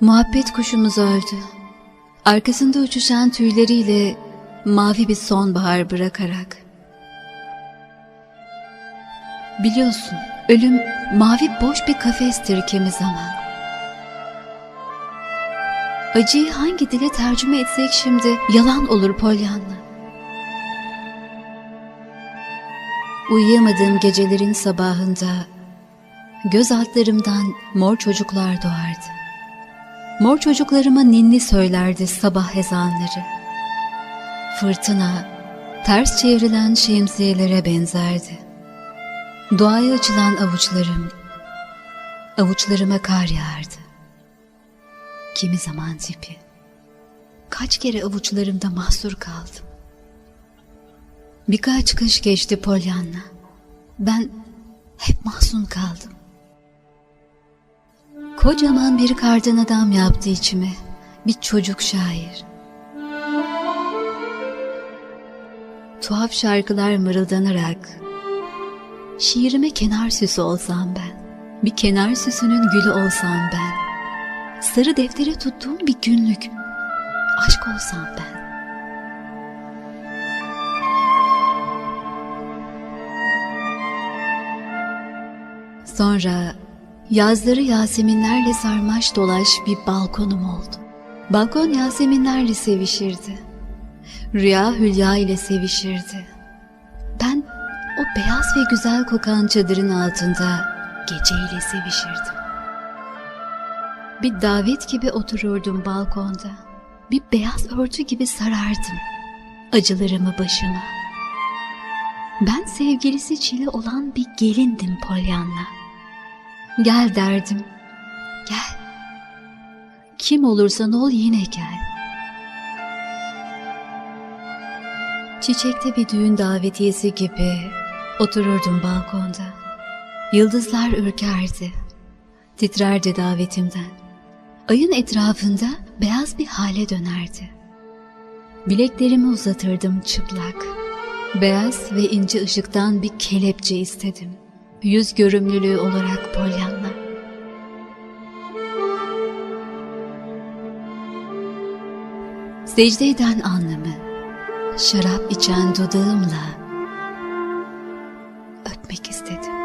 Muhabbet kuşumuz öldü. Arkasında uçuşan tüyleriyle mavi bir sonbahar bırakarak. Biliyorsun, ölüm mavi boş bir kafestir kimi zaman. Acıyı hangi dile tercüme etsek şimdi yalan olur Pollyanna. Uyuyamadığım gecelerin sabahında göz altlarımdan mor çocuklar doğardı. Mor çocuklarıma ninni söylerdi sabah ezanları. Fırtına ters çevrilen şemsiyelere benzerdi. Doğaya açılan avuçlarıma kar yağardı. Kimi zaman tipi. Kaç kere avuçlarımda mahsur kaldım. Birkaç kış geçti Pollyanna. Ben hep mahzun kaldım. Kocaman bir kardan adam yaptı içime. Bir çocuk şair. Tuhaf şarkılar mırıldanarak şiirime kenar süsü olsam ben. Bir kenar süsünün gülü olsam ben. Sarı deftere tuttuğum bir günlük aşk olsam ben. Sonra yazları yaseminlerle sarmaş dolaş bir balkonum oldu. Balkon yaseminlerle sevişirdi. Rüya hülya ile sevişirdi. Ben o beyaz ve güzel kokan çadırın altında geceyle sevişirdim. Bir davet gibi otururdum balkonda. Bir beyaz örtü gibi sarardım acılarımı başıma. Ben sevgilisi çile olan bir gelindim Pollyanna. Gel derdim, gel. Kim olursan ol yine gel. Çiçekte bir düğün davetiyesi gibi otururdum balkonda. Yıldızlar ürkerdi, titrerdi davetimden. Ayın etrafında beyaz bir hale dönerdi. Bileklerimi uzatırdım çıplak. Beyaz ve ince ışıktan bir kelepçe istedim. Yüz görümlülüğü olarak Pollyanna. Secde eden alnımı, şarap içen dudağımla öpmek istedim.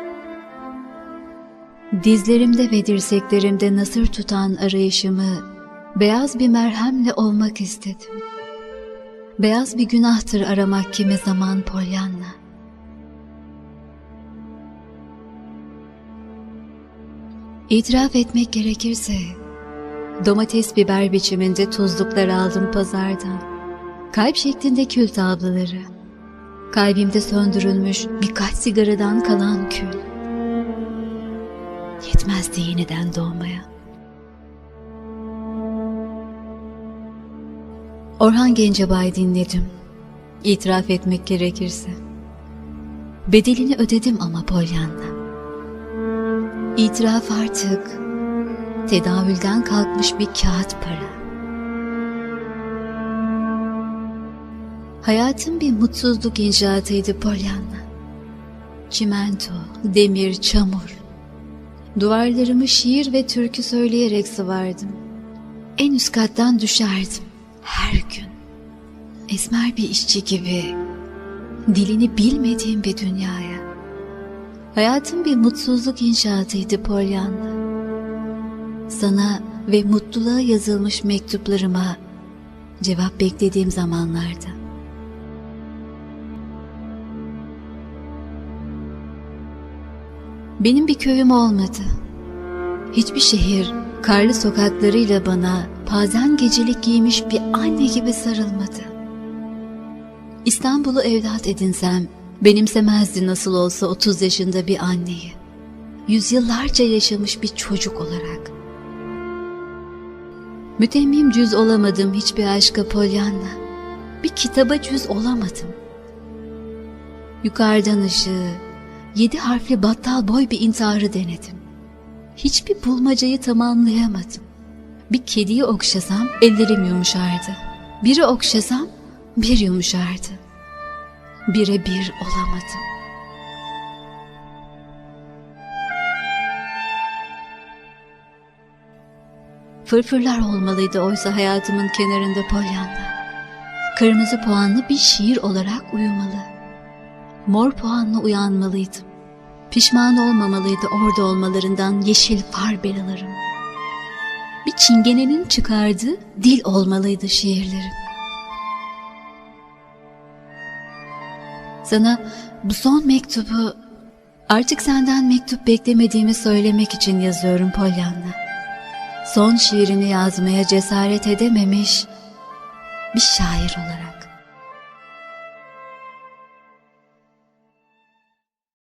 Dizlerimde ve dirseklerimde nasır tutan arayışımı beyaz bir merhemle ovmak istedim. Beyaz bir günahtır aramak kimi zaman Pollyanna. İtiraf etmek gerekirse, domates biber biçiminde tuzluklar aldım pazardan. Kalp şeklinde kül tabloları. Kalbimde söndürülmüş birkaç sigaradan kalan kül. Yetmezdi yeniden doğmaya. Orhan Gencebay dinledim. İtiraf etmek gerekirse. Bedelini ödedim ama Pollyanna. İtiraf artık tedavülden kalkmış bir kağıt para. Hayatım bir mutsuzluk inşaatıydı Pollyanna. Çimento, demir, çamur. Duvarlarımı şiir ve türkü söyleyerek sıvardım. En üst kattan düşerdim her gün. Esmer bir işçi gibi dilini bilmediğim bir dünyaya. Hayatım bir mutsuzluk inşaatıydı Pollyanna. Sana ve mutluluğa yazılmış mektuplarıma cevap beklediğim zamanlarda. Benim bir köyüm olmadı. Hiçbir şehir karlı sokaklarıyla bana pazen gecelik giymiş bir anne gibi sarılmadı. İstanbul'u evlat edinsem benimsemezdi nasıl olsa 30 yaşında bir anneyi. Yüzyıllarca yaşamış bir çocuk olarak. Mütemmim cüz olamadım hiçbir aşka Pollyanna. Bir kitaba cüz olamadım. Yukarıdan ışığı, 7 harfli battal boy bir intiharı denedim. Hiçbir bulmacayı tamamlayamadım. Bir kediyi okşasam ellerim yumuşardı. Biri okşasam bir yumuşardı. Bire bir olamadım. Fırfırlar olmalıydı oysa hayatımın kenarında Pollyanna. Kırmızı puanlı bir şiir olarak uyumalı. Mor puanla uyanmalıydım. Pişman olmamalıydı orada olmalarından yeşil far belalarım. Bir çingenenin çıkardığı dil olmalıydı şiirlerim. Sana bu son mektubu artık senden mektup beklemediğimi söylemek için yazıyorum Pollyanna. Son şiirini yazmaya cesaret edememiş bir şair olarak.